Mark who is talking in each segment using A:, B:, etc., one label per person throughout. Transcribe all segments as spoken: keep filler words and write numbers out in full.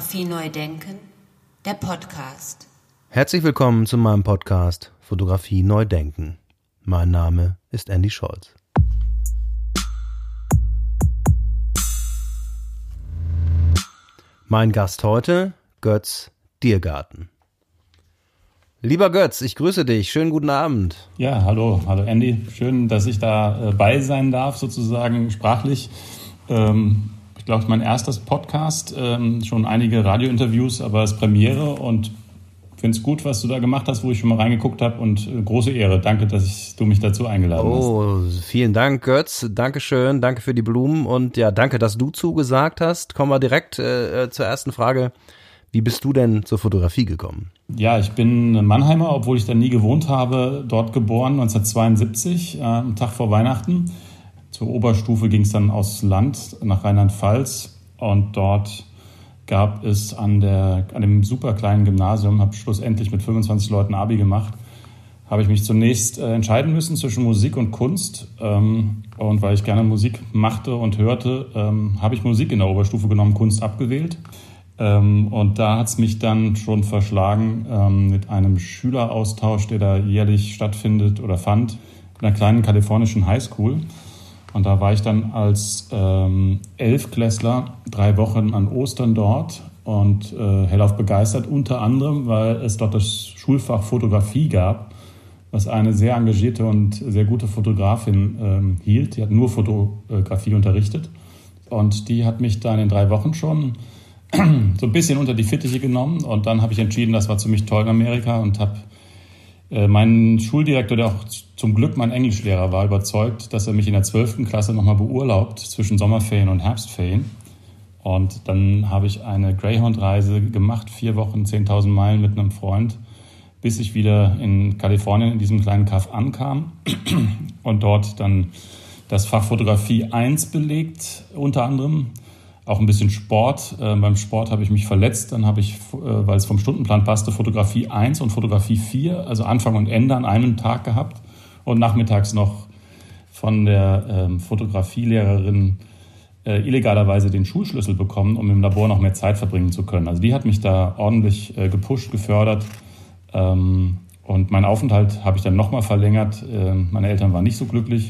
A: Fotografie neu denken, der Podcast.
B: Herzlich willkommen zu meinem Podcast Fotografie neu denken. Mein Name ist Andy Scholz. Mein Gast heute, Götz Diergarten. Lieber Götz, ich grüße dich. Schönen guten Abend.
C: Ja, hallo, hallo Andy. Schön, dass ich da äh, bei sein darf, sozusagen sprachlich. Ähm, ich glaube, mein erstes Podcast, ähm, schon einige Radiointerviews, aber es ist Premiere und finde es gut, was du da gemacht hast, wo ich schon mal reingeguckt habe und äh, große Ehre. Danke, dass ich, du mich dazu eingeladen hast.
B: Oh, vielen Dank, Götz. Dankeschön, danke für die Blumen und ja, danke, dass du zugesagt hast. Kommen wir direkt äh, zur ersten Frage. Wie bist du denn zur Fotografie gekommen?
C: Ja, ich bin Mannheimer, obwohl ich da nie gewohnt habe, dort geboren, neunzehnhundertzweiundsiebzig, äh, am Tag vor Weihnachten. Zur Oberstufe ging es dann aufs Land, nach Rheinland-Pfalz, und dort gab es an, der, an dem super kleinen Gymnasium, habe schlussendlich mit fünfundzwanzig Leuten Abi gemacht, habe ich mich zunächst äh, entscheiden müssen zwischen Musik und Kunst. Ähm, und weil ich gerne Musik machte und hörte, ähm, habe ich Musik in der Oberstufe genommen, Kunst abgewählt. Ähm, und da hat es mich dann schon verschlagen ähm, mit einem Schüleraustausch, der da jährlich stattfindet oder fand, in einer kleinen kalifornischen Highschool. Und da war ich dann als ähm, Elfklässler drei Wochen an Ostern dort und äh, hellauf begeistert, unter anderem, weil es dort das Schulfach Fotografie gab, was eine sehr engagierte und sehr gute Fotografin ähm, hielt. Die hat nur Fotografie unterrichtet und die hat mich da in den drei Wochen schon so ein bisschen unter die Fittiche genommen, und dann habe ich entschieden, das war ziemlich toll in Amerika, und habe äh, meinen Schuldirektor, der auch zum Glück mein Englischlehrer war, überzeugt, dass er mich in der zwölften Klasse nochmal beurlaubt zwischen Sommerferien und Herbstferien. Und dann habe ich eine Greyhound-Reise gemacht, vier Wochen, zehntausend Meilen mit einem Freund, bis ich wieder in Kalifornien in diesem kleinen Kaff ankam und dort dann das Fach Fotografie eins belegt, unter anderem. Auch ein bisschen Sport. Äh, beim Sport habe ich mich verletzt. Dann habe ich, äh, weil es vom Stundenplan passte, Fotografie eins und Fotografie vier, also Anfang und Ende an einem Tag gehabt. Und nachmittags noch von der ähm, Fotografielehrerin äh, illegalerweise den Schulschlüssel bekommen, um im Labor noch mehr Zeit verbringen zu können. Also die hat mich da ordentlich äh, gepusht, gefördert. Ähm, und meinen Aufenthalt habe ich dann nochmal verlängert. Äh, meine Eltern waren nicht so glücklich.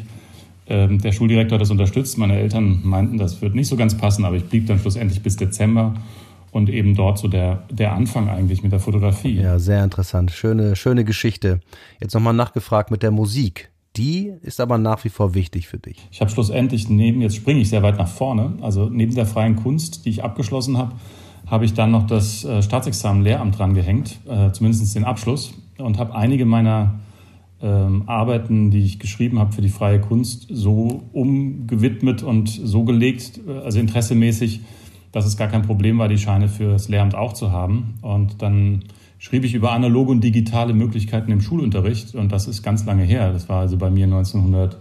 C: Der Schuldirektor hat das unterstützt. Meine Eltern meinten, das wird nicht so ganz passen, aber ich blieb dann schlussendlich bis Dezember und eben dort so der, der Anfang eigentlich mit der Fotografie.
B: Ja, sehr interessant. Schöne, schöne Geschichte. Jetzt nochmal nachgefragt mit der Musik. Die ist aber nach wie vor wichtig für dich.
C: Ich habe schlussendlich neben, jetzt springe ich sehr weit nach vorne, also neben der freien Kunst, die ich abgeschlossen habe, habe ich dann noch das Staatsexamen Lehramt dran gehängt, äh, zumindest den Abschluss, und habe einige meiner Ähm, Arbeiten, die ich geschrieben habe für die freie Kunst, so umgewidmet und so gelegt, also interessemäßig, dass es gar kein Problem war, die Scheine für das Lehramt auch zu haben. Und dann schrieb ich über analoge und digitale Möglichkeiten im Schulunterricht, und das ist ganz lange her. Das war also bei mir neunzehnhundert,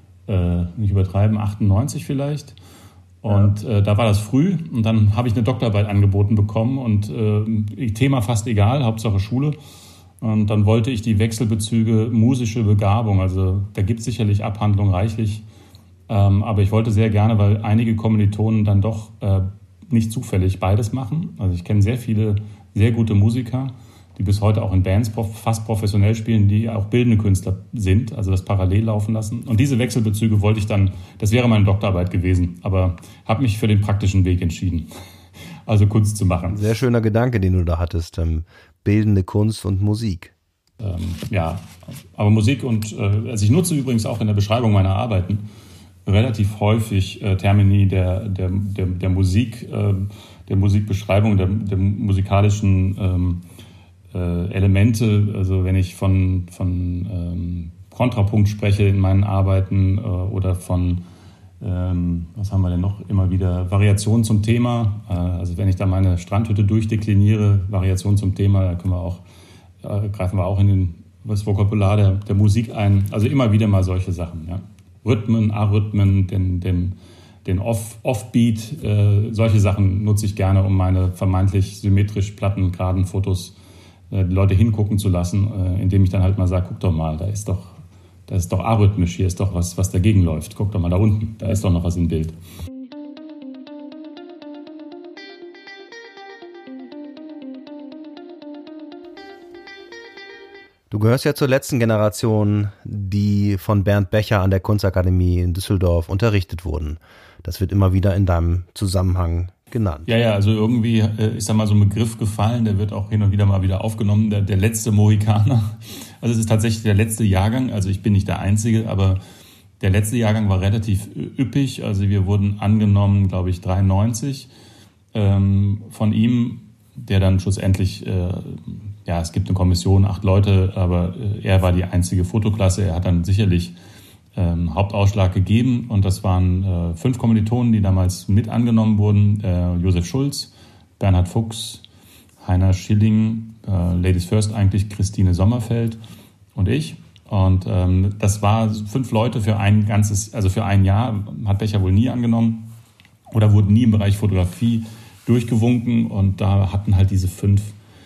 C: äh, nicht übertreiben, achtundneunzig vielleicht. Und äh, da war das früh, und dann habe ich eine Doktorarbeit angeboten bekommen und äh, Thema fast egal, Hauptsache Schule. Und dann wollte ich die Wechselbezüge musische Begabung, also da gibt es sicherlich Abhandlung reichlich, ähm, aber ich wollte sehr gerne, weil einige Kommilitonen dann doch äh, nicht zufällig beides machen. Also ich kenne sehr viele sehr gute Musiker, die bis heute auch in Bands prof- fast professionell spielen, die auch bildende Künstler sind, also das parallel laufen lassen. Und diese Wechselbezüge wollte ich dann, das wäre meine Doktorarbeit gewesen, aber habe mich für den praktischen Weg entschieden, also Kunst zu machen.
B: Sehr schöner Gedanke, den du da hattest. Ähm bildende Kunst und Musik.
C: Ähm, ja, aber Musik und, äh, also ich nutze übrigens auch in der Beschreibung meiner Arbeiten relativ häufig äh, Termini der, der, der, der Musik, äh, der Musikbeschreibung, der, der musikalischen ähm, äh, Elemente. Also wenn ich von, von ähm, Kontrapunkt spreche in meinen Arbeiten äh, oder von Ähm, was haben wir denn noch? Immer wieder Variationen zum Thema. Äh, also wenn ich da meine Strandhütte durchdekliniere, Variationen zum Thema, da können wir auch, äh, greifen wir auch in den, das Vokabular der, der Musik ein. Also immer wieder mal solche Sachen. Ja. Rhythmen, Arrhythmen, den, den, den Off, Offbeat, äh, solche Sachen nutze ich gerne, um meine vermeintlich symmetrisch platten, geraden Fotos äh, die Leute hingucken zu lassen, äh, indem ich dann halt mal sage, guck doch mal, da ist doch Das ist doch arrhythmisch, hier ist doch was, was dagegen läuft. Guck doch mal da unten, da ist doch noch was im Bild.
B: gehörst ja zur letzten Generation, die von Bernd Becher an der Kunstakademie in Düsseldorf unterrichtet wurden. Das wird immer wieder in deinem Zusammenhang genannt.
C: Ja, ja, also irgendwie ist da mal so ein Begriff gefallen, der wird auch hin und wieder mal wieder aufgenommen, der, der letzte Mohikaner. Also es ist tatsächlich der letzte Jahrgang, also ich bin nicht der Einzige, aber der letzte Jahrgang war relativ üppig. Also wir wurden angenommen, glaube ich, dreiundneunzig ähm, von ihm, der dann schlussendlich, äh, ja, es gibt eine Kommission, acht Leute, aber äh, er war die einzige Fotoklasse. Er hat dann sicherlich ähm, Hauptausschlag gegeben und das waren äh, fünf Kommilitonen, die damals mit angenommen wurden. Äh, Josef Schulz, Bernhard Fuchs, Heiner Schilling, äh, Ladies First eigentlich, Christine Sommerfeld und ich. Und ähm, das war fünf Leute für ein ganzes, also für ein Jahr, hat Becher wohl nie angenommen oder wurden nie im Bereich Fotografie durchgewunken und da hatten halt diese fünf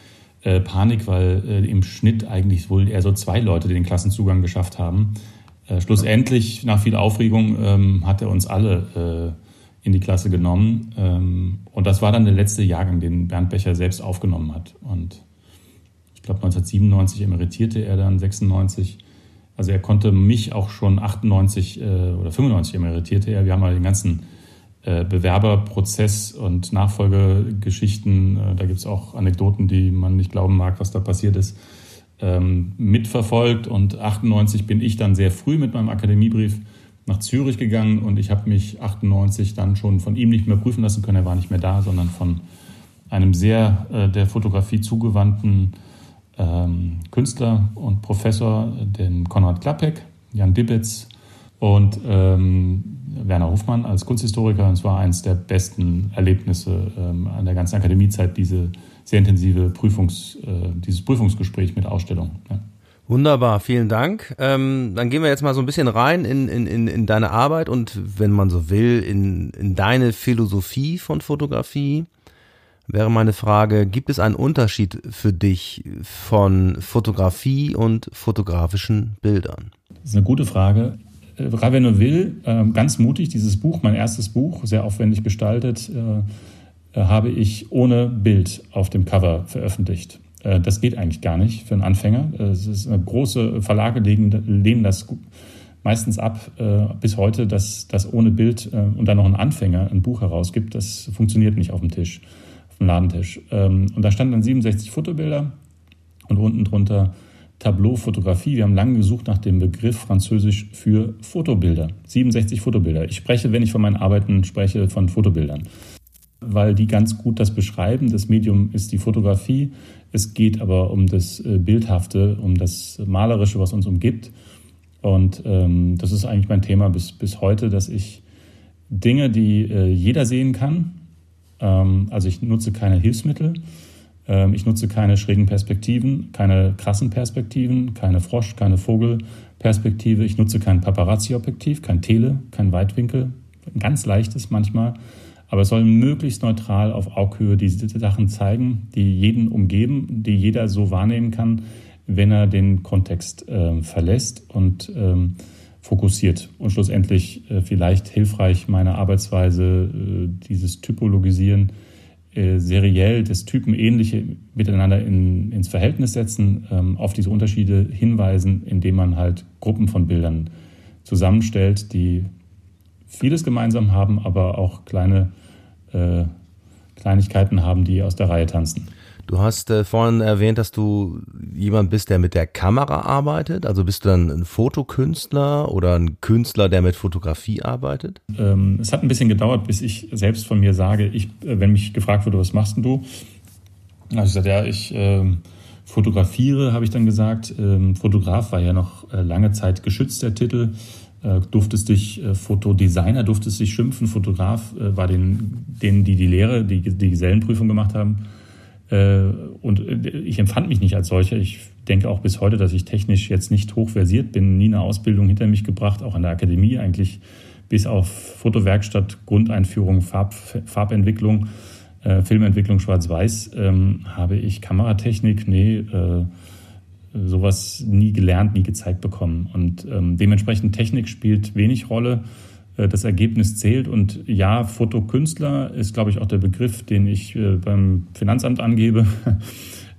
C: äh, Panik, weil äh, im Schnitt eigentlich wohl eher so zwei Leute den Klassenzugang geschafft haben. Äh, schlussendlich, nach viel Aufregung, ähm, hat er uns alle äh, in die Klasse genommen ähm, und das war dann der letzte Jahrgang, den Bernd Becher selbst aufgenommen hat. Und ich glaube neunzehnhundertsiebenundneunzig emeritierte er dann, sechsundneunzig. Also er konnte mich auch schon achtundneunzig äh, oder fünfundneunzig emeritierte er. Wir haben mal den ganzen äh, Bewerberprozess und Nachfolgegeschichten, äh, da gibt es auch Anekdoten, die man nicht glauben mag, was da passiert ist, ähm, mitverfolgt. Und achtundneunzig bin ich dann sehr früh mit meinem Akademiebrief nach Zürich gegangen und ich habe mich achtundneunzig dann schon von ihm nicht mehr prüfen lassen können. Er war nicht mehr da, sondern von einem sehr äh, der Fotografie zugewandten Ähm, Künstler und Professor, den Konrad Klappek, Jan Dibbitz und ähm, Werner Hofmann als Kunsthistoriker. Und es war eines der besten Erlebnisse ähm, an der ganzen Akademiezeit, diese sehr intensive Prüfungs, äh, dieses Prüfungsgespräch mit Ausstellung. Ja.
B: Wunderbar, vielen Dank. Ähm, dann gehen wir jetzt mal so ein bisschen rein in, in, in, in deine Arbeit und, wenn man so will, in, in deine Philosophie von Fotografie. Wäre meine Frage, gibt es einen Unterschied für dich von Fotografie und fotografischen Bildern?
C: Das ist eine gute Frage. Ravel Neville, ganz mutig, dieses Buch, mein erstes Buch, sehr aufwendig gestaltet, habe ich ohne Bild auf dem Cover veröffentlicht. Das geht eigentlich gar nicht für einen Anfänger. Es ist eine große Verlage lehnen, lehnen das meistens ab bis heute, dass das ohne Bild und dann noch ein Anfänger ein Buch herausgibt. Das funktioniert nicht auf dem Tisch. Ladentisch. Und da standen dann siebenundsechzig Fotobilder und unten drunter Tableau-Fotografie. Wir haben lange gesucht nach dem Begriff französisch für Fotobilder. siebenundsechzig Fotobilder. Ich spreche, wenn ich von meinen Arbeiten spreche, von Fotobildern, weil die ganz gut das beschreiben. Das Medium ist die Fotografie. Es geht aber um das Bildhafte, um das Malerische, was uns umgibt. Und ähm, das ist eigentlich mein Thema bis, bis heute, dass ich Dinge, die äh, jeder sehen kann, also ich nutze keine Hilfsmittel, ich nutze keine schrägen Perspektiven, keine krassen Perspektiven, keine Frosch-, keine Vogelperspektive. Ich nutze kein Paparazzi-Objektiv, kein Tele, kein Weitwinkel, ein ganz leichtes manchmal. Aber es soll möglichst neutral auf Augenhöhe diese Sachen zeigen, die jeden umgeben, die jeder so wahrnehmen kann, wenn er den Kontext äh, verlässt und ähm, fokussiert und schlussendlich äh, vielleicht hilfreich meine Arbeitsweise, äh, dieses Typologisieren, äh, seriell das Typenähnliche miteinander in, ins Verhältnis setzen, ähm, auf diese Unterschiede hinweisen, indem man halt Gruppen von Bildern zusammenstellt, die vieles gemeinsam haben, aber auch kleine äh, Kleinigkeiten haben, die aus der Reihe tanzen.
B: Du hast äh, vorhin erwähnt, dass du jemand bist, der mit der Kamera arbeitet. Also bist du dann ein Fotokünstler oder ein Künstler, der mit Fotografie arbeitet?
C: Ähm, es hat ein bisschen gedauert, bis ich selbst von mir sage, ich, äh, wenn mich gefragt wurde, was machst denn du? Also ich sagte, ja, ich äh, fotografiere, habe ich dann gesagt. Ähm, Fotograf war ja noch äh, lange Zeit geschützt, der Titel. Äh, durftest dich äh, Fotodesigner, durftest dich schimpfen. Fotograf äh, war den, denen, die die Lehre, die, die Gesellenprüfung gemacht haben. Und ich empfand mich nicht als solcher. Ich denke auch bis heute, dass ich technisch jetzt nicht hochversiert bin, nie eine Ausbildung hinter mich gebracht, auch an der Akademie eigentlich, bis auf Fotowerkstatt, Grundeinführung, Farb, Farbentwicklung, äh, Filmentwicklung schwarz-weiß, ähm, habe ich Kameratechnik, nee, äh, sowas nie gelernt, nie gezeigt bekommen. Und ähm, dementsprechend Technik spielt wenig Rolle. Das Ergebnis zählt und ja, Fotokünstler ist, glaube ich, auch der Begriff, den ich äh, beim Finanzamt angebe.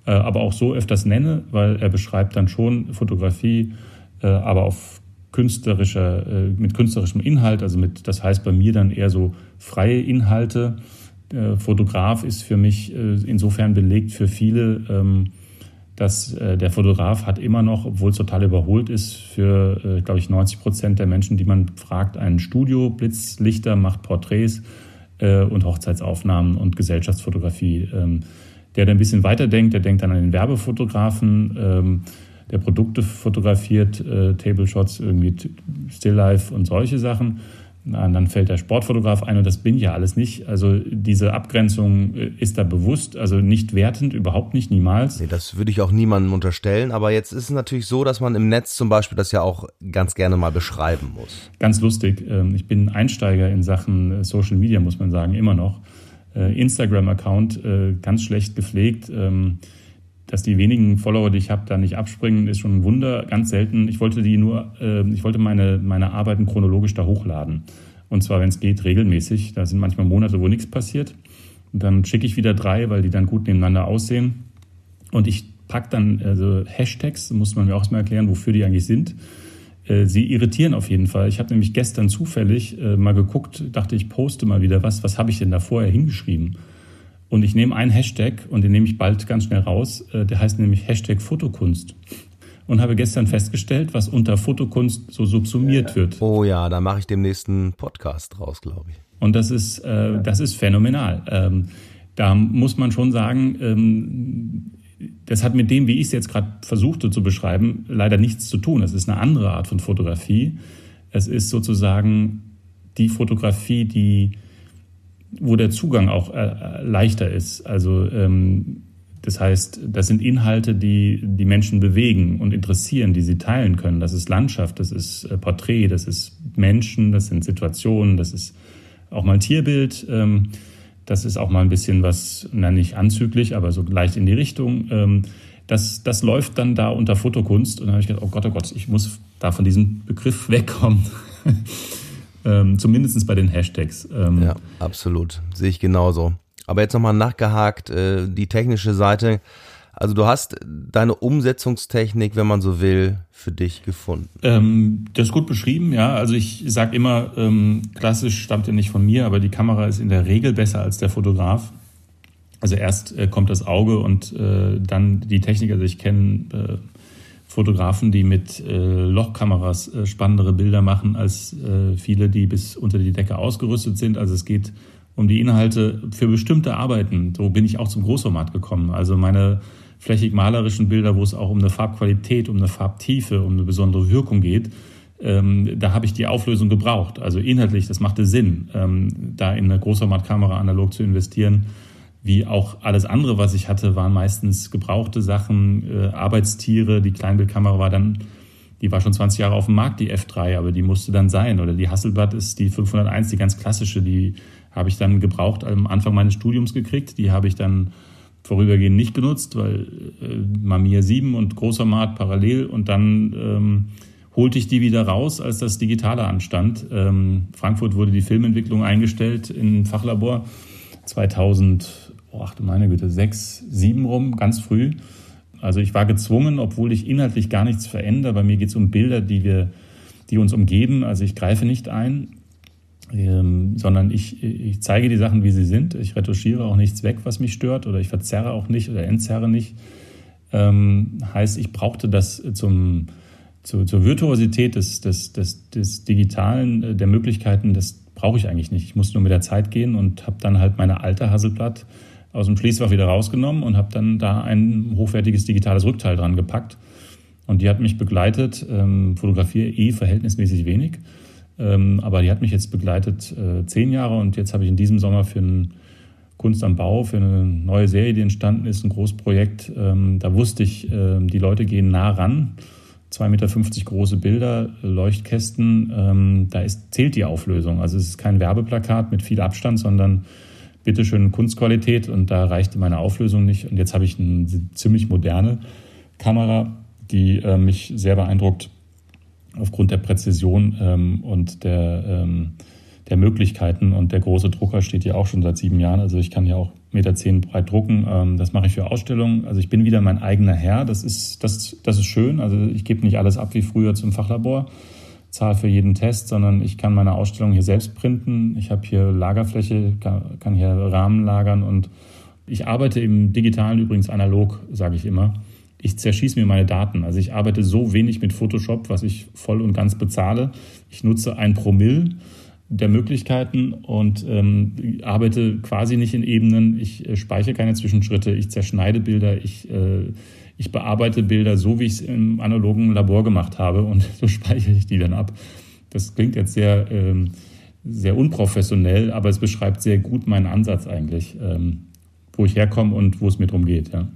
C: äh, aber auch so öfters nenne, weil er beschreibt dann schon Fotografie, äh, aber auf künstlerischer, äh, mit künstlerischem Inhalt, also mit, das heißt bei mir dann eher so freie Inhalte. Äh, Fotograf ist für mich äh, insofern belegt für viele, ähm, dass äh, der Fotograf hat immer noch, obwohl es total überholt ist, für, äh, glaube ich, neunzig Prozent der Menschen, die man fragt, ein Studio, Blitzlichter, macht Porträts äh, und Hochzeitsaufnahmen und Gesellschaftsfotografie. Ähm, der, der ein bisschen weiterdenkt, der denkt dann an den Werbefotografen, ähm, der Produkte fotografiert, äh, Tableshots, irgendwie Stilllife und solche Sachen. Und dann fällt der Sportfotograf ein und das bin ja alles nicht. Also diese Abgrenzung ist da bewusst, also nicht wertend, überhaupt nicht, niemals.
B: Nee, das würde ich auch niemandem unterstellen, aber jetzt ist es natürlich so, dass man im Netz zum Beispiel das ja auch ganz gerne mal beschreiben muss.
C: Ganz lustig, ich bin Einsteiger in Sachen Social Media, muss man sagen, immer noch. Instagram-Account ganz schlecht gepflegt. Dass die wenigen Follower, die ich habe, da nicht abspringen, ist schon ein Wunder. Ganz selten. Ich wollte die nur, äh, ich wollte meine, meine Arbeiten chronologisch da hochladen. Und zwar, wenn es geht, regelmäßig. Da sind manchmal Monate, wo nichts passiert. Und dann schicke ich wieder drei, weil die dann gut nebeneinander aussehen. Und ich packe dann also Hashtags, muss man mir auch erstmal erklären, wofür die eigentlich sind. Äh, sie irritieren auf jeden Fall. Ich habe nämlich gestern zufällig äh, mal geguckt, dachte ich, poste mal wieder was. Was habe ich denn da vorher hingeschrieben? Und ich nehme einen Hashtag und den nehme ich bald ganz schnell raus. Der heißt nämlich Hashtag Fotokunst. Und habe gestern festgestellt, was unter Fotokunst so subsumiert wird.
B: Oh ja, da mache ich demnächst einen Podcast draus, glaube ich.
C: Und das ist, äh, das ist phänomenal. Ähm, da muss man schon sagen, ähm, das hat mit dem, wie ich es jetzt gerade versuchte zu beschreiben, leider nichts zu tun. Es ist eine andere Art von Fotografie. Es ist sozusagen die Fotografie, die wo der Zugang auch äh, leichter ist. Also ähm, das heißt, das sind Inhalte, die die Menschen bewegen und interessieren, die sie teilen können. Das ist Landschaft, das ist äh, Porträt, das ist Menschen, das sind Situationen, das ist auch mal ein Tierbild. Ähm, das ist auch mal ein bisschen was, na nicht anzüglich, aber so leicht in die Richtung. Ähm, das, das läuft dann da unter Fotokunst. Und dann habe ich gedacht, oh Gott, oh Gott, ich muss da von diesem Begriff wegkommen. Ähm, zumindest bei den Hashtags. Ähm.
B: Ja, absolut. Sehe ich genauso. Aber jetzt nochmal nachgehakt, äh, die technische Seite. Also du hast deine Umsetzungstechnik, wenn man so will, für dich gefunden.
C: Ähm, das ist gut beschrieben, ja. Also ich sage immer, ähm, klassisch stammt ja nicht von mir, aber die Kamera ist in der Regel besser als der Fotograf. Also erst äh, kommt das Auge und äh, dann die Technik. Also ich kenne äh, Fotografen, die mit äh, Lochkameras äh, spannendere Bilder machen als äh, viele, die bis unter die Decke ausgerüstet sind. Also es geht um die Inhalte für bestimmte Arbeiten. So bin ich auch zum Großformat gekommen. Also meine flächig-malerischen Bilder, wo es auch um eine Farbqualität, um eine Farbtiefe, um eine besondere Wirkung geht, ähm, da habe ich die Auflösung gebraucht. Also inhaltlich, das machte Sinn, ähm, da in eine Großformatkamera analog zu investieren. Wie auch alles andere, was ich hatte, waren meistens gebrauchte Sachen, äh, Arbeitstiere. Die Kleinbildkamera war dann, die war schon zwanzig Jahre auf dem Markt, die F drei, aber die musste dann sein. Oder die Hasselblad ist die fünfhunderteins, die ganz klassische, die habe ich dann gebraucht am Anfang meines Studiums gekriegt. Die habe ich dann vorübergehend nicht genutzt, weil äh, Mamiya sieben und Großformat parallel. Und dann ähm, holte ich die wieder raus, als das Digitale anstand. Ähm, Frankfurt wurde die Filmentwicklung eingestellt im Fachlabor zweitausend. Oh, ach du meine Güte, sechs, sieben rum, ganz früh. Also ich war gezwungen, obwohl ich inhaltlich gar nichts verändere. Bei mir geht es um Bilder, die wir, die uns umgeben. Also ich greife nicht ein, ähm, sondern ich, ich zeige die Sachen, wie sie sind. Ich retuschiere auch nichts weg, was mich stört, oder ich verzerre auch nicht oder entzerre nicht. Ähm, heißt, ich brauchte das zum, zu, zur Virtuosität des, des, des, des Digitalen, der Möglichkeiten, das brauche ich eigentlich nicht. Ich muss nur mit der Zeit gehen und habe dann halt meine alte Hasselblad aus dem Schließfach wieder rausgenommen und habe dann da ein hochwertiges digitales Rückteil dran gepackt. Und die hat mich begleitet, ähm, fotografiere eh verhältnismäßig wenig, ähm, aber die hat mich jetzt begleitet äh, zehn Jahre und jetzt habe ich in diesem Sommer für ein Kunst am Bau, für eine neue Serie, die entstanden ist, ein Großprojekt, ähm, da wusste ich, äh, die Leute gehen nah ran, zwei Meter fünfzig große Bilder, Leuchtkästen, ähm, da ist, zählt die Auflösung. Also es ist kein Werbeplakat mit viel Abstand, sondern bitteschön Kunstqualität, und da reichte meine Auflösung nicht. Und jetzt habe ich eine ziemlich moderne Kamera, die äh, mich sehr beeindruckt aufgrund der Präzision ähm, und der, ähm, der Möglichkeiten. Und der große Drucker steht hier auch schon seit sieben Jahren. Also ich kann hier auch eins Komma zehn Meter breit drucken. Ähm, das mache ich für Ausstellungen. Also ich bin wieder mein eigener Herr. Das ist, das, das ist schön. Also ich gebe nicht alles ab wie früher zum Fachlabor, zahle für jeden Test, sondern ich kann meine Ausstellung hier selbst printen. Ich habe hier Lagerfläche, kann, kann hier Rahmen lagern und ich arbeite im Digitalen übrigens analog, sage ich immer. Ich zerschieße mir meine Daten. Also ich arbeite so wenig mit Photoshop, was ich voll und ganz bezahle. Ich nutze ein Promille der Möglichkeiten und ähm, arbeite quasi nicht in Ebenen. Ich äh, speichere keine Zwischenschritte. Ich zerschneide Bilder. Ich, äh, ich bearbeite Bilder so, wie ich es im analogen Labor gemacht habe und so speichere ich die dann ab. Das klingt jetzt sehr, ähm, sehr unprofessionell, aber es beschreibt sehr gut meinen Ansatz eigentlich, ähm, wo ich herkomme und wo es mir darum geht. Ja.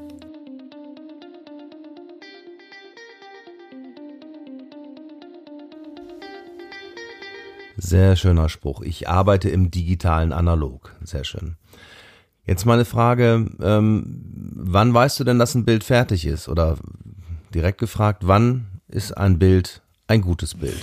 B: Sehr schöner Spruch. Ich arbeite im digitalen Analog. Sehr schön. Jetzt mal eine Frage, ähm, wann weißt du denn, dass ein Bild fertig ist? Oder direkt gefragt, wann ist ein Bild ein gutes Bild?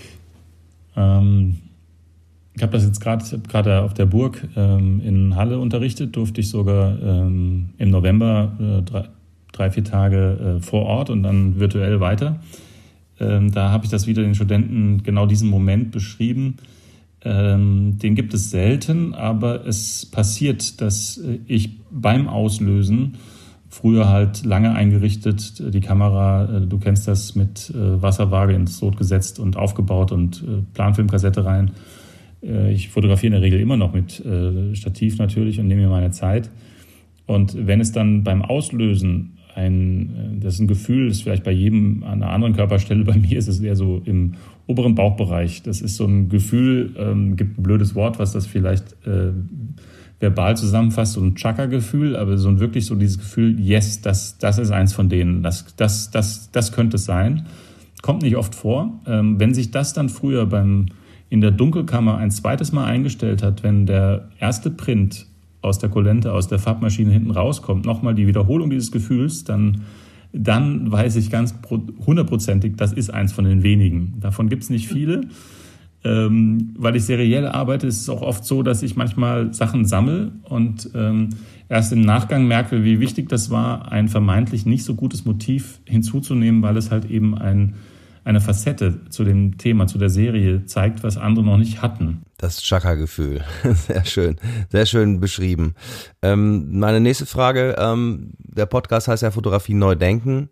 C: Ähm, ich habe das jetzt gerade gerade auf der Burg ähm, in Halle unterrichtet, durfte ich sogar ähm, im November äh, drei, drei, vier Tage äh, vor Ort und dann virtuell weiter. Ähm, da habe ich das wieder den Studenten genau diesen Moment beschrieben. Ähm, den gibt es selten, aber es passiert, dass ich beim Auslösen, früher halt lange eingerichtet, die Kamera, äh, du kennst das, mit äh, Wasserwaage ins Lot gesetzt und aufgebaut und äh, Planfilmkassette rein. Äh, ich fotografiere in der Regel immer noch mit äh, Stativ natürlich und nehme mir meine Zeit. Und wenn es dann beim Auslösen ein, das ist ein Gefühl, das ist vielleicht bei jedem an einer anderen Körperstelle, bei mir ist es eher so im oberen Bauchbereich. Das ist so ein Gefühl, ähm, gibt ein blödes Wort, was das vielleicht äh, verbal zusammenfasst, so ein Chakra-Gefühl, aber so ein wirklich so dieses Gefühl, yes, das, das ist eins von denen, das, das, das, das könnte es sein. Kommt nicht oft vor. Ähm, wenn sich das dann früher beim, in der Dunkelkammer ein zweites Mal eingestellt hat, wenn der erste Print aus der Kulente, aus der Farbmaschine hinten rauskommt, nochmal die Wiederholung dieses Gefühls, dann, dann weiß ich ganz hundertprozentig, das ist eins von den wenigen. Davon gibt es nicht viele. Ähm, weil ich seriell arbeite, ist es auch oft so, dass ich manchmal Sachen sammle und ähm, erst im Nachgang merke, wie wichtig das war, ein vermeintlich nicht so gutes Motiv hinzuzunehmen, weil es halt eben ein, eine Facette zu dem Thema, zu der Serie zeigt, was andere noch nicht hatten.
B: Das Chakra-Gefühl. Sehr schön. Sehr schön beschrieben. Ähm, meine nächste Frage, ähm, der Podcast heißt ja Fotografie neu denken.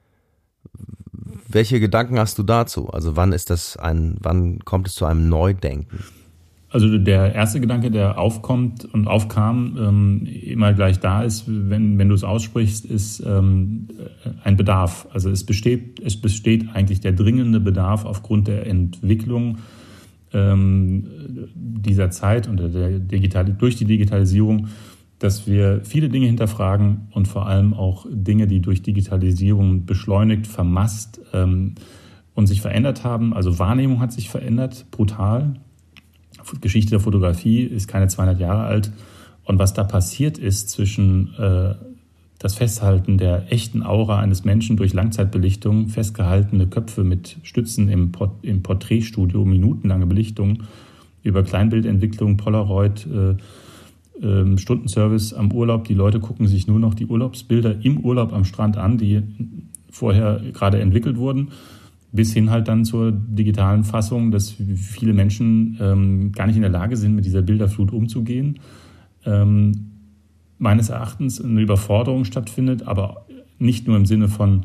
B: Welche Gedanken hast du dazu? Also wann ist das ein, wann kommt es zu einem Neudenken?
C: Also der erste Gedanke, der aufkommt und aufkam, ähm, immer gleich da ist, wenn, wenn du es aussprichst, ist ähm, ein Bedarf. Also es besteht, es besteht eigentlich der dringende Bedarf aufgrund der Entwicklung ähm, dieser Zeit und der Digital, durch die Digitalisierung, dass wir viele Dinge hinterfragen und vor allem auch Dinge, die durch Digitalisierung beschleunigt, vermasst ähm, und sich verändert haben. Also Wahrnehmung hat sich verändert, brutal. Geschichte der Fotografie ist keine zweihundert Jahre alt. Und was da passiert ist zwischen äh, das Festhalten der echten Aura eines Menschen durch Langzeitbelichtung, festgehaltene Köpfe mit Stützen im, Port- im Porträtstudio, minutenlange Belichtung, über Kleinbildentwicklung, Polaroid, äh, äh, Stundenservice am Urlaub. Die Leute gucken sich nur noch die Urlaubsbilder im Urlaub am Strand an, die vorher gerade entwickelt wurden. Bis hin halt dann zur digitalen Fassung, dass viele Menschen ähm, gar nicht in der Lage sind, mit dieser Bilderflut umzugehen. Ähm, meines Erachtens eine Überforderung stattfindet, aber nicht nur im Sinne von,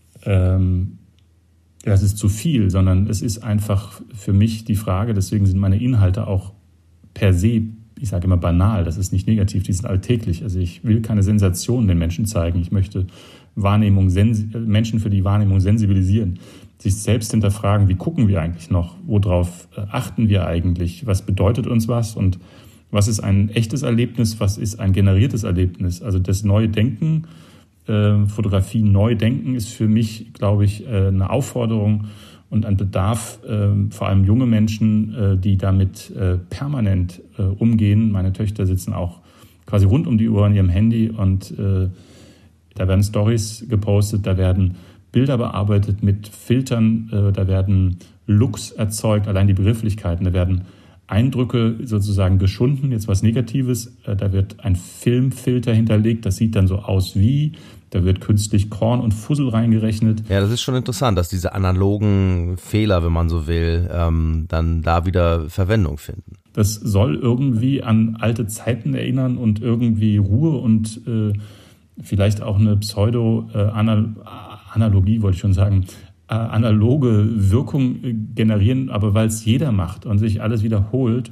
C: ähm, das ist zu viel, sondern es ist einfach für mich die Frage, deswegen sind meine Inhalte auch per se, ich sage immer banal, das ist nicht negativ, die sind alltäglich. Also ich will keine Sensationen den Menschen zeigen, ich möchte Wahrnehmung, sensi- Menschen für die Wahrnehmung sensibilisieren, sich selbst hinterfragen, wie gucken wir eigentlich noch, worauf achten wir eigentlich, was bedeutet uns was und was ist ein echtes Erlebnis, was ist ein generiertes Erlebnis. Also das neue Denken, äh, Fotografie neu denken ist für mich, glaube ich, äh, eine Aufforderung und ein Bedarf, äh, vor allem junge Menschen, äh, die damit äh, permanent äh, umgehen. Meine Töchter sitzen auch quasi rund um die Uhr an ihrem Handy und äh, da werden Stories gepostet, da werden Bilder bearbeitet mit Filtern, äh, da werden Looks erzeugt, allein die Begrifflichkeiten, da werden Eindrücke sozusagen geschunden, jetzt was Negatives. Da wird ein Filmfilter hinterlegt, das sieht dann so aus wie, da wird künstlich Korn und Fussel reingerechnet.
B: Ja, das ist schon interessant, dass diese analogen Fehler, wenn man so will, ähm, dann da wieder Verwendung finden.
C: Das soll irgendwie an alte Zeiten erinnern und irgendwie Ruhe und äh, vielleicht auch eine Pseudo-Analogie, äh, wollte ich schon sagen, äh, analoge Wirkung äh, generieren, aber weil es jeder macht und sich alles wiederholt,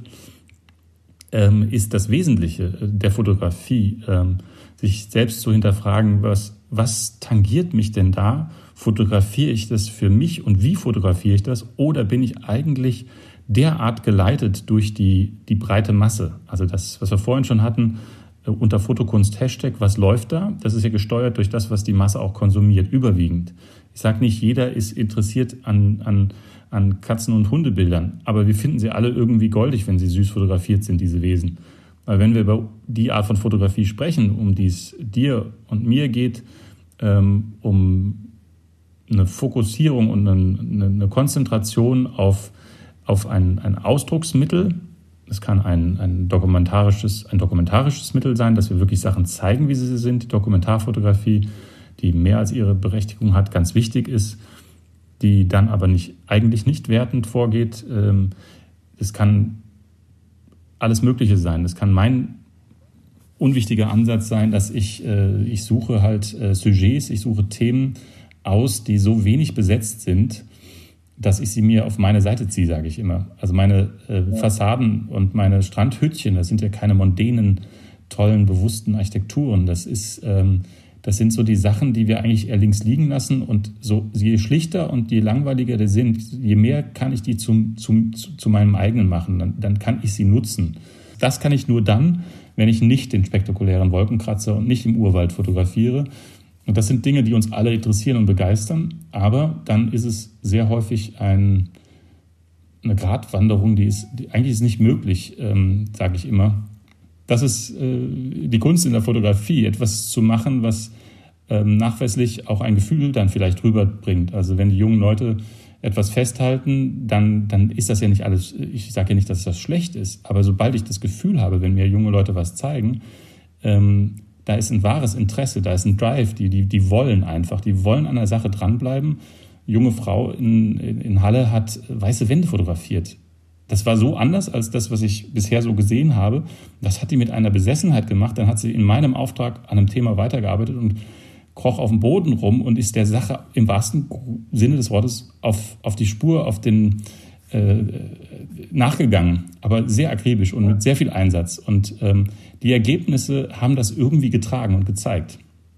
C: ähm, ist das Wesentliche der Fotografie, ähm, sich selbst zu hinterfragen, was, was tangiert mich denn da? Fotografiere ich das für mich und wie fotografiere ich das? Oder bin ich eigentlich derart geleitet durch die, die breite Masse? Also das, was wir vorhin schon hatten, unter Fotokunst Hashtag, was läuft da? Das ist ja gesteuert durch das, was die Masse auch konsumiert, überwiegend. Ich sage nicht, jeder ist interessiert an, an, an Katzen- und Hundebildern, aber wir finden sie alle irgendwie goldig, wenn sie süß fotografiert sind, diese Wesen. Weil wenn wir über die Art von Fotografie sprechen, um die es dir und mir geht, ähm, um eine Fokussierung und eine, eine Konzentration auf, auf ein, ein Ausdrucksmittel, es kann ein, ein, dokumentarisches, ein dokumentarisches Mittel sein, dass wir wirklich Sachen zeigen, wie sie sind. Die Dokumentarfotografie, die mehr als ihre Berechtigung hat, ganz wichtig ist, die dann aber nicht, eigentlich nicht wertend vorgeht. Es kann alles Mögliche sein. Es kann mein unwichtiger Ansatz sein, dass ich, ich suche halt Sujets, ich suche Themen aus, die so wenig besetzt sind, dass ich sie mir auf meine Seite ziehe, sage ich immer. Also meine äh, Fassaden und meine Strandhütchen, das sind ja keine mondänen, tollen, bewussten Architekturen. Das ist, ähm, das sind so die Sachen, die wir eigentlich eher links liegen lassen. Und so je schlichter und je langweiliger die sind, je mehr kann ich die zum, zum, zu, zu meinem eigenen machen. Dann, dann kann ich sie nutzen. Das kann ich nur dann, wenn ich nicht den spektakulären Wolkenkratzer und nicht im Urwald fotografiere. Und das sind Dinge, die uns alle interessieren und begeistern, aber dann ist es sehr häufig ein, eine Gratwanderung, die ist, die, eigentlich ist nicht möglich, ähm, sage ich immer. Das ist äh, die Kunst in der Fotografie, etwas zu machen, was ähm, nachweislich auch ein Gefühl dann vielleicht rüberbringt. Also wenn die jungen Leute etwas festhalten, dann, dann ist das ja nicht alles, ich sage ja nicht, dass das schlecht ist, aber sobald ich das Gefühl habe, wenn mir junge Leute was zeigen, ähm, da ist ein wahres Interesse, da ist ein Drive, die, die, die wollen einfach, die wollen an der Sache dranbleiben. Junge Frau in, in, in Halle hat weiße Wände fotografiert. Das war so anders als das, was ich bisher so gesehen habe. Das hat die mit einer Besessenheit gemacht. Dann hat sie in meinem Auftrag an einem Thema weitergearbeitet und kroch auf dem Boden rum und ist der Sache im wahrsten Sinne des Wortes auf, auf die Spur, auf den äh, nachgegangen, aber sehr akribisch und mit sehr viel Einsatz. Und ähm, die Ergebnisse haben das irgendwie getragen und gezeigt.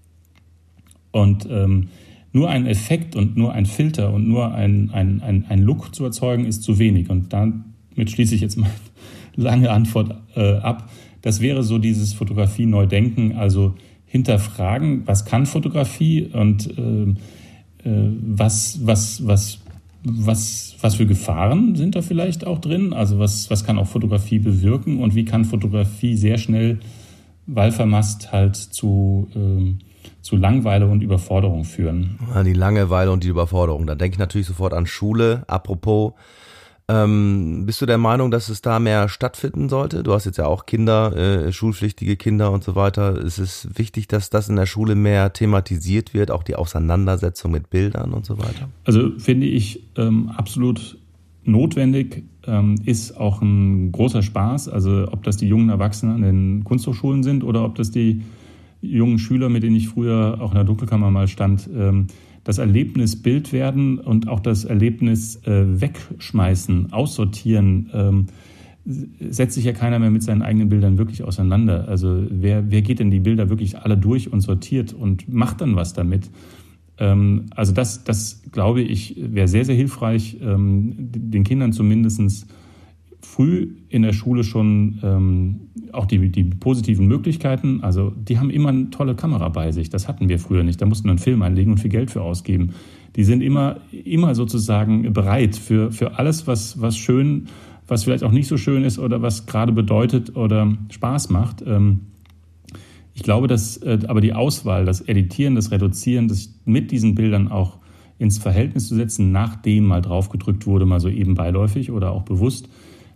C: Und ähm, nur ein Effekt und nur ein Filter und nur ein, ein, ein, ein Look zu erzeugen, ist zu wenig. Und damit schließe ich jetzt meine lange Antwort äh, ab. Das wäre so dieses Fotografie-Neudenken, also hinterfragen, was kann Fotografie und äh, äh, was, was, was, was, was für Gefahren sind da vielleicht auch drin? Also was, was kann auch Fotografie bewirken und wie kann Fotografie sehr schnell Wallvermasst halt zu, äh, zu Langeweile und Überforderung führen?
B: Die Langeweile und die Überforderung. Da denke ich natürlich sofort an Schule. Apropos, ähm, bist du der Meinung, dass es da mehr stattfinden sollte? Du hast jetzt ja auch Kinder, äh, schulpflichtige Kinder und so weiter. Ist es wichtig, dass das in der Schule mehr thematisiert wird, auch die Auseinandersetzung mit Bildern und so weiter?
C: Also finde ich ähm, absolut notwendig, ähm, ist auch ein großer Spaß. Also ob das die jungen Erwachsenen an den Kunsthochschulen sind oder ob das die jungen Schüler, mit denen ich früher auch in der Dunkelkammer mal stand, ähm, das Erlebnis Bild werden und auch das Erlebnis äh, wegschmeißen, aussortieren, ähm, setzt sich ja keiner mehr mit seinen eigenen Bildern wirklich auseinander. Also wer, wer geht denn die Bilder wirklich alle durch und sortiert und macht dann was damit? Ähm, also das, das glaube ich, wäre sehr, sehr hilfreich, ähm, den Kindern zumindest früh in der Schule schon ähm, auch die, die positiven Möglichkeiten, also die haben immer eine tolle Kamera bei sich, das hatten wir früher nicht, da mussten wir einen Film einlegen und viel Geld für ausgeben. Die sind immer, immer sozusagen bereit für, für alles, was, was schön, was vielleicht auch nicht so schön ist oder was gerade bedeutet oder Spaß macht. Ähm, ich glaube, dass äh, aber die Auswahl, das Editieren, das Reduzieren, das mit diesen Bildern auch ins Verhältnis zu setzen, nachdem mal draufgedrückt wurde, mal so eben beiläufig oder auch bewusst,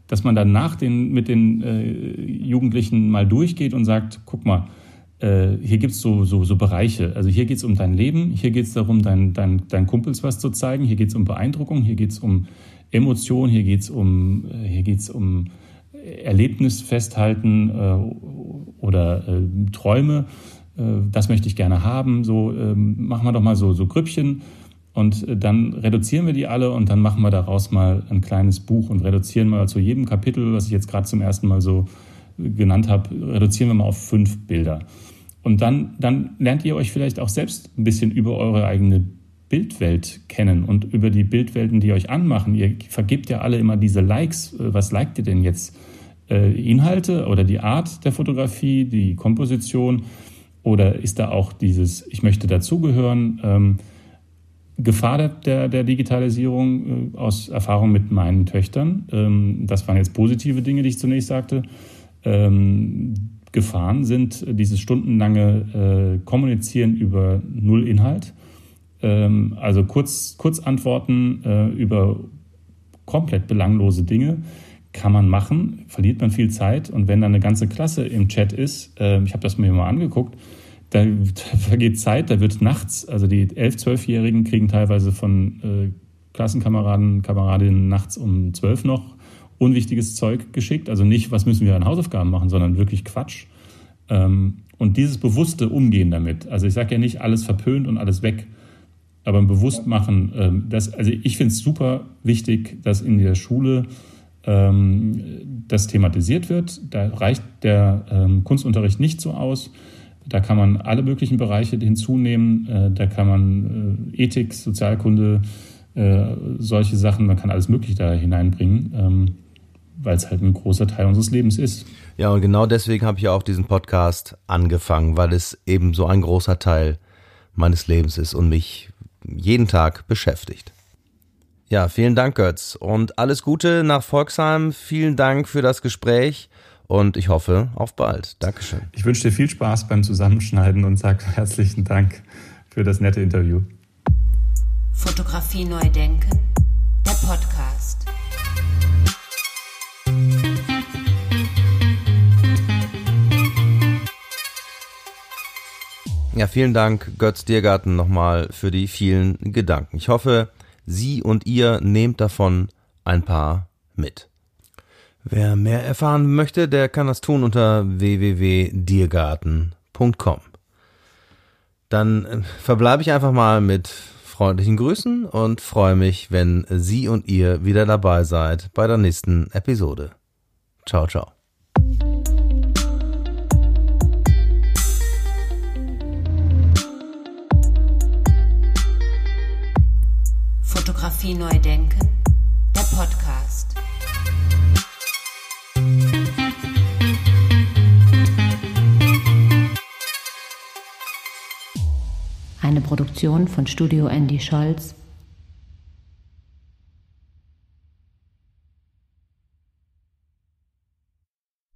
C: dass man dann nach den, mit den äh, Jugendlichen mal durchgeht und sagt, guck mal, äh, hier gibt es so, so, so Bereiche. Also hier geht es um dein Leben, hier geht es darum, dein, dein, dein Kumpels was zu zeigen, hier geht es um Beeindruckung, hier geht es um Emotion, hier geht es um, hier geht's um Erlebnis festhalten äh, oder äh, Träume. Äh, das möchte ich gerne haben. So äh, machen wir doch mal so, so Grüppchen. Und dann reduzieren wir die alle und dann machen wir daraus mal ein kleines Buch und reduzieren mal zu jedem Kapitel, was ich jetzt gerade zum ersten Mal so genannt habe, reduzieren wir mal auf fünf Bilder. Und dann, dann lernt ihr euch vielleicht auch selbst ein bisschen über eure eigene Bildwelt kennen und über die Bildwelten, die euch anmachen. Ihr vergebt ja alle immer diese Likes. Was liked ihr denn jetzt? Äh, Inhalte oder die Art der Fotografie, die Komposition? Oder ist da auch dieses, ich möchte dazugehören? Ähm, Gefahr der, der, der Digitalisierung äh, aus Erfahrung mit meinen Töchtern. Ähm, das waren jetzt positive Dinge, die ich zunächst sagte. Ähm, Gefahren sind dieses stundenlange äh, Kommunizieren über null Inhalt. Ähm, also kurz, kurz antworten äh, über komplett belanglose Dinge kann man machen, verliert man viel Zeit. Und wenn dann eine ganze Klasse im Chat ist, äh, ich habe das mir mal angeguckt, Da, da vergeht Zeit, da wird nachts, also die elf-, zwölfjährigen kriegen teilweise von äh, Klassenkameraden, Kameradinnen nachts um zwölf noch unwichtiges Zeug geschickt. Also nicht, was müssen wir an Hausaufgaben machen, sondern wirklich Quatsch. Ähm, und dieses bewusste Umgehen damit, also ich sage ja nicht, alles verpönt und alles weg, aber ein Bewusstmachen, ähm, das, also ich finde es super wichtig, dass in der Schule ähm, das thematisiert wird. Da reicht der ähm, Kunstunterricht nicht so aus. Da kann man alle möglichen Bereiche hinzunehmen. Äh, da kann man äh, Ethik, Sozialkunde, äh, solche Sachen, man kann alles Mögliche da hineinbringen, ähm, weil es halt ein großer Teil unseres Lebens ist.
B: Ja, und genau deswegen habe ich auch diesen Podcast angefangen, weil es eben so ein großer Teil meines Lebens ist und mich jeden Tag beschäftigt. Ja, vielen Dank, Götz. Und alles Gute nach Volksheim. Vielen Dank für das Gespräch. Und ich hoffe, auf bald. Dankeschön.
C: Ich wünsche dir viel Spaß beim Zusammenschneiden und sage herzlichen Dank für das nette Interview.
A: Fotografie neu denken, der Podcast.
B: Ja, vielen Dank, Götz Diergarten, nochmal für die vielen Gedanken. Ich hoffe, Sie und ihr nehmt davon ein paar mit. Wer mehr erfahren möchte, der kann das tun unter w w w punkt diergarten punkt com. Dann verbleibe ich einfach mal mit freundlichen Grüßen und freue mich, wenn Sie und ihr wieder dabei seid bei der nächsten Episode. Ciao, ciao.
A: Fotografie neu denken, der Podcast. Eine Produktion von Studio Andy Scholz